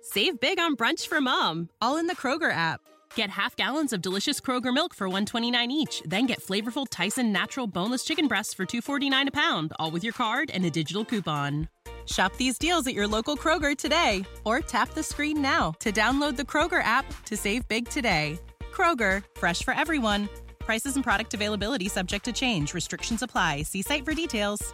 Save big on brunch for mom, all in the Kroger app. Get half gallons of delicious Kroger milk for $1.29 each. Then get flavorful Tyson natural boneless chicken breasts for $2.49 a pound, all with your card and a digital coupon. Shop these deals at your local Kroger today, or tap the screen now to download the Kroger app to save big today. Kroger, fresh for everyone. Prices and product availability subject to change. Restrictions apply. See site for details.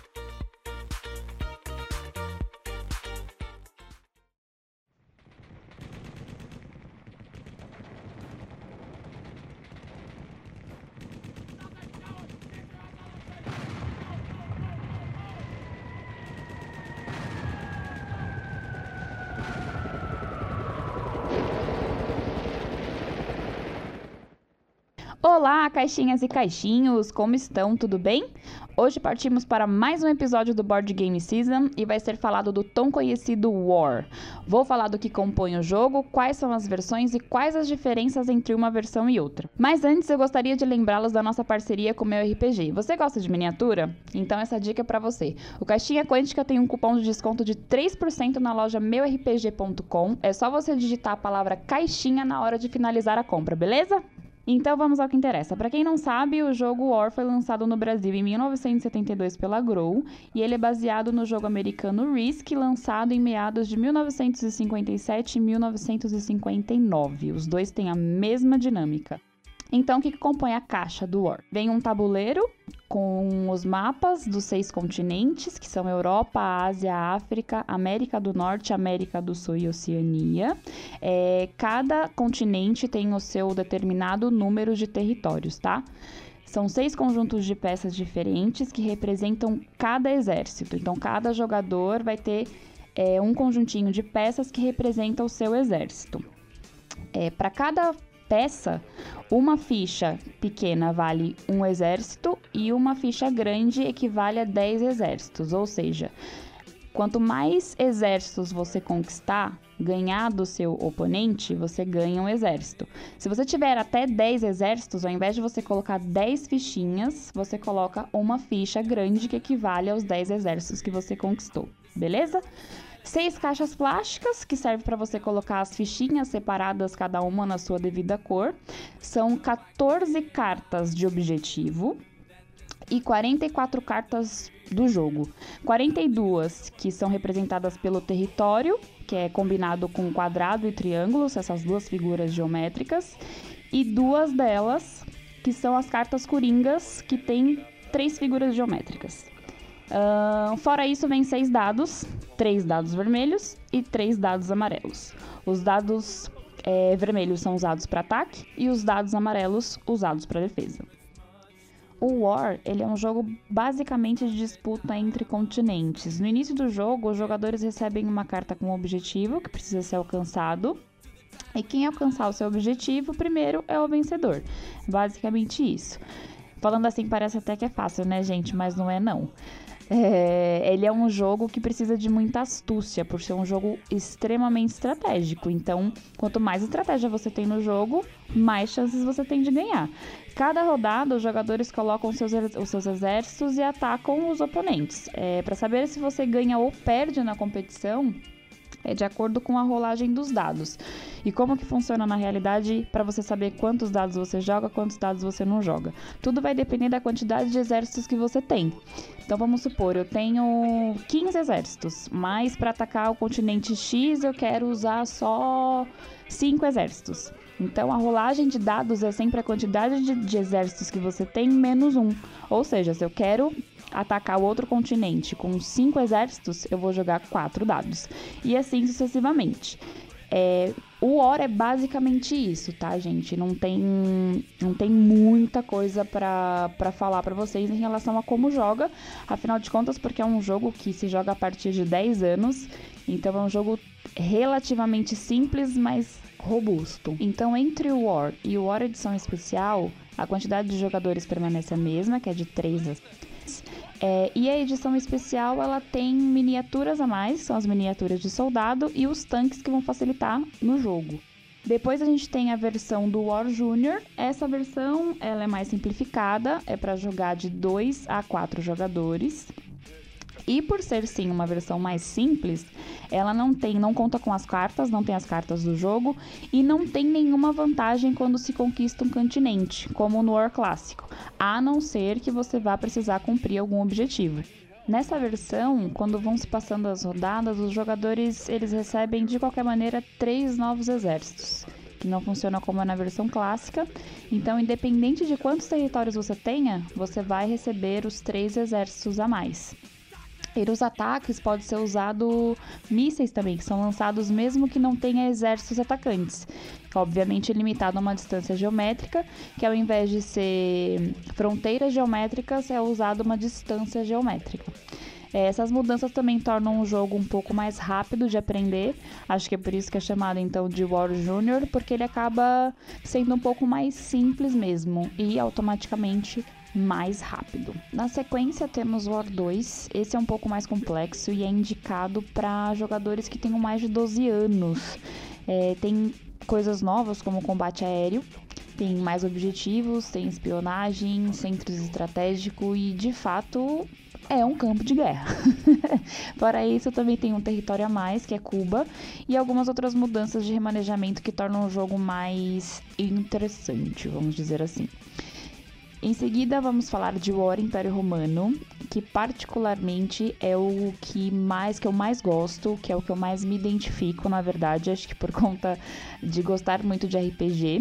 Olá, caixinhas e caixinhos, como estão? Tudo bem? Hoje partimos para mais um episódio do Board Game Season e vai ser falado do tão conhecido War. Vou falar do que compõe o jogo, quais são as versões e quais as diferenças entre uma versão e outra. Mas antes eu gostaria de lembrá-los da nossa parceria com o Meu RPG. Você gosta de miniatura? Então essa dica é para você. O Caixinha Quântica tem um cupom de desconto de 3% na loja meurpg.com. É só você digitar a palavra caixinha na hora de finalizar a compra, beleza? Então vamos ao que interessa. Para quem não sabe, o jogo War foi lançado no Brasil em 1972 pela Grow e ele é baseado no jogo americano Risk, lançado em meados de 1957 e 1959. Os dois têm a mesma dinâmica. Então, o que compõe a caixa do War? Vem um tabuleiro com os mapas dos 6 continentes, que são Europa, Ásia, África, América do Norte, América do Sul e Oceania. Cada continente tem o seu determinado número de territórios, tá? São 6 conjuntos de peças diferentes que representam cada exército. Então, cada jogador vai ter um conjuntinho de peças que representa o seu exército. Para cada peça, uma ficha pequena vale 1 exército e uma ficha grande equivale a 10 exércitos, ou seja, quanto mais exércitos você conquistar, ganhar do seu oponente, você ganha um exército. Se você tiver até 10 exércitos, ao invés de você colocar 10 fichinhas, você coloca uma ficha grande que equivale aos 10 exércitos que você conquistou, beleza? 6 caixas plásticas, que servem para você colocar as fichinhas separadas, cada uma na sua devida cor. São 14 cartas de objetivo e 44 cartas do jogo. 42 que são representadas pelo território, que é combinado com quadrado e triângulos, essas duas figuras geométricas. E 2 delas, que são as cartas coringas, que tem 3 figuras geométricas. Fora isso, vem 6 dados, 3 dados vermelhos e 3 dados amarelos. Os dados vermelhos são usados para ataque e os dados amarelos usados para defesa. O War, ele é um jogo basicamente de disputa entre continentes. No início do jogo, os jogadores recebem uma carta com um objetivo que precisa ser alcançado. E quem alcançar o seu objetivo primeiro é o vencedor. Basicamente isso. Falando assim parece até que é fácil, né, gente? Mas não é não. Ele é um jogo que precisa de muita astúcia, por ser um jogo extremamente estratégico. Então, quanto mais estratégia você tem no jogo, mais chances você tem de ganhar. Cada rodada, os jogadores colocam os seus exércitos e atacam os oponentes. Para saber se você ganha ou perde na competição, é de acordo com a rolagem dos dados. E como que funciona na realidade para você saber quantos dados você joga, quantos dados você não joga? Tudo vai depender da quantidade de exércitos que você tem. Então vamos supor, eu tenho 15 exércitos, mas para atacar o continente X eu quero usar só 5 exércitos. Então a rolagem de dados é sempre a quantidade de exércitos que você tem menos 1. Ou seja, se eu quero atacar o outro continente com 5 exércitos, eu vou jogar 4 dados. E assim sucessivamente. O War é basicamente isso, tá, gente? Não tem muita coisa pra falar pra vocês em relação a como joga. Afinal de contas, porque é um jogo que se joga a partir de 10 anos. Então é um jogo relativamente simples, mas robusto. Então, entre o War e o War Edição Especial, a quantidade de jogadores permanece a mesma, que é de 3 a 6. E a edição especial, ela tem miniaturas a mais, são as miniaturas de soldado e os tanques que vão facilitar no jogo. Depois a gente tem a versão do War Junior. Essa versão, ela é mais simplificada, é para jogar de 2 a 4 jogadores. E por ser, sim, uma versão mais simples, ela não conta com as cartas, não tem as cartas do jogo e não tem nenhuma vantagem quando se conquista um continente, como no War clássico, a não ser que você vá precisar cumprir algum objetivo. Nessa versão, quando vão se passando as rodadas, os jogadores eles recebem de qualquer maneira 3 novos exércitos, que não funciona como na versão clássica. Então, independente de quantos territórios você tenha, você vai receber os 3 exércitos a mais. E nos ataques pode ser usado mísseis também, que são lançados mesmo que não tenha exércitos atacantes. Obviamente limitado a uma distância geométrica, que ao invés de ser fronteiras geométricas, é usado uma distância geométrica. Essas mudanças também tornam o jogo um pouco mais rápido de aprender. Acho que é por isso que é chamado então de War Junior, porque ele acaba sendo um pouco mais simples mesmo e automaticamente mais rápido. Na sequência temos War 2, esse é um pouco mais complexo e é indicado para jogadores que tenham mais de 12 anos. Tem coisas novas como combate aéreo, tem mais objetivos, tem espionagem, centros estratégicos e de fato é um campo de guerra. Fora isso, também tem um território a mais, que é Cuba, e algumas outras mudanças de remanejamento que tornam o jogo mais interessante, vamos dizer assim. Em seguida, vamos falar de War Império Romano, que particularmente é o que eu mais gosto, que é o que eu mais me identifico, na verdade, acho que por conta de gostar muito de RPG.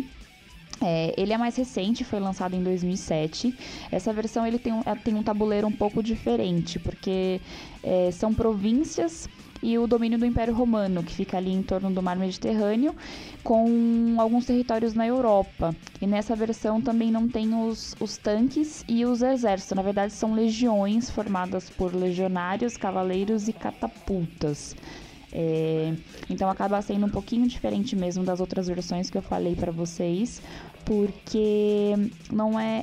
Ele é mais recente, foi lançado em 2007. Essa versão ele tem um tabuleiro um pouco diferente, porque são províncias e o domínio do Império Romano, que fica ali em torno do Mar Mediterrâneo, com alguns territórios na Europa. E nessa versão também não tem os tanques e os exércitos. Na verdade, são legiões formadas por legionários, cavaleiros e catapultas. Então acaba sendo um pouquinho diferente mesmo das outras versões que eu falei para vocês, porque não é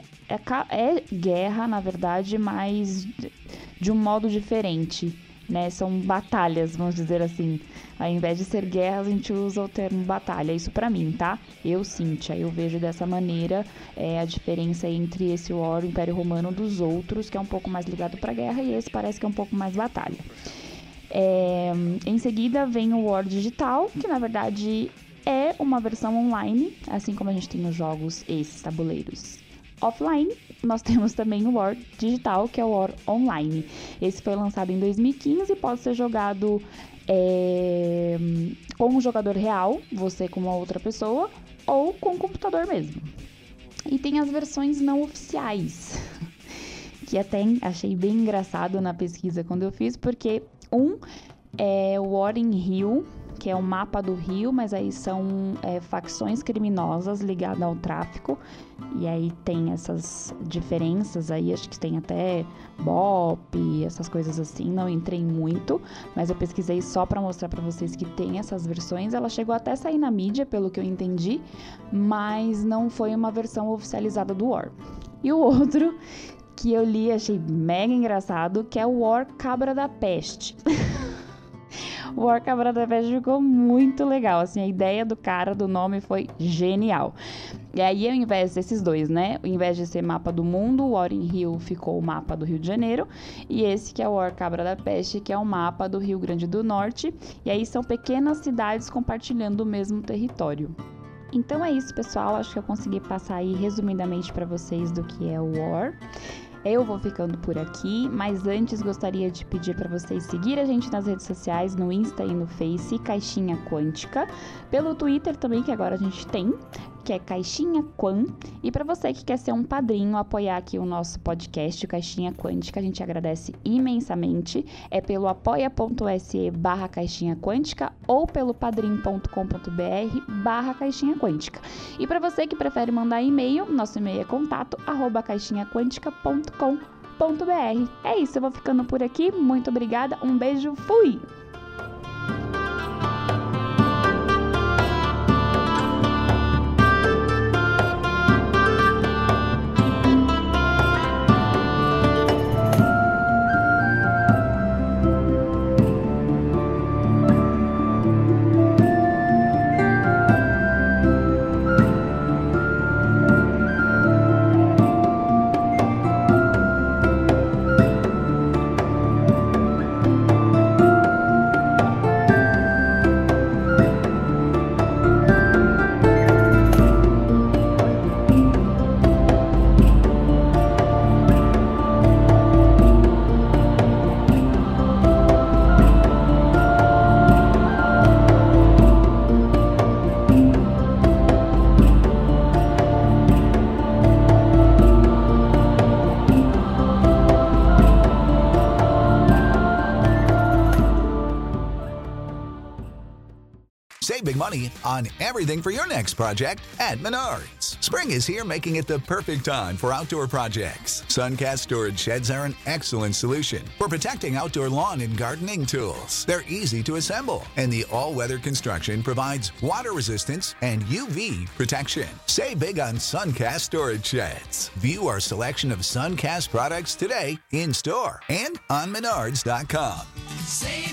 guerra, na verdade, mas de um modo diferente, né? São batalhas, vamos dizer assim. Ao invés de ser guerra, a gente usa o termo batalha. Isso pra mim, tá? Eu, Cíntia, eu vejo dessa maneira a diferença entre esse War Império Romano dos outros, que é um pouco mais ligado pra guerra, e esse parece que é um pouco mais batalha. Em seguida vem o War Digital, que na verdade é uma versão online, assim como a gente tem nos jogos esses tabuleiros offline. Nós temos também o War Digital, que é o War Online. Esse foi lançado em 2015 e pode ser jogado com um jogador real, você com uma outra pessoa, ou com o computador mesmo. E tem as versões não oficiais, que até achei bem engraçado na pesquisa quando eu fiz, porque é o War in Rio, que é o mapa do Rio, mas aí são facções criminosas ligadas ao tráfico, e aí tem essas diferenças aí, acho que tem até BOP, essas coisas assim, não entrei muito, mas eu pesquisei só para mostrar para vocês que tem essas versões. Ela chegou até a sair na mídia, pelo que eu entendi, mas não foi uma versão oficializada do War. E o outro que eu li, achei mega engraçado, que é o War Cabra da Peste. O War Cabra da Peste ficou muito legal, assim, a ideia do cara, do nome foi genial. E aí, ao invés desses dois, né, ao invés de ser mapa do mundo, o War in Rio ficou o mapa do Rio de Janeiro, e esse que é o War Cabra da Peste, que é o mapa do Rio Grande do Norte, e aí são pequenas cidades compartilhando o mesmo território. Então é isso, pessoal, acho que eu consegui passar aí resumidamente para vocês do que é o War. Eu vou ficando por aqui, mas antes gostaria de pedir para vocês seguir a gente nas redes sociais, no Insta e no Face, Caixinha Quântica, pelo Twitter também, que agora a gente tem, que é Caixinha Quan, e para você que quer ser um padrinho, apoiar aqui o nosso podcast, o Caixinha Quântica, a gente agradece imensamente, é pelo apoia.se/Caixinha Quântica ou pelo padrim.com.br/Caixinha Quântica. E para você que prefere mandar e-mail, nosso e-mail é contato@caixinhaquântica.com.br. É isso, eu vou ficando por aqui, muito obrigada, um beijo, fui! Save big money on everything for your next project at Menards. Spring is here, making it the perfect time for outdoor projects. Suncast storage sheds are an excellent solution for protecting outdoor lawn and gardening tools. They're easy to assemble, and the all-weather construction provides water resistance and UV protection. Save big on Suncast storage sheds. View our selection of Suncast products today in store and on Menards.com. Save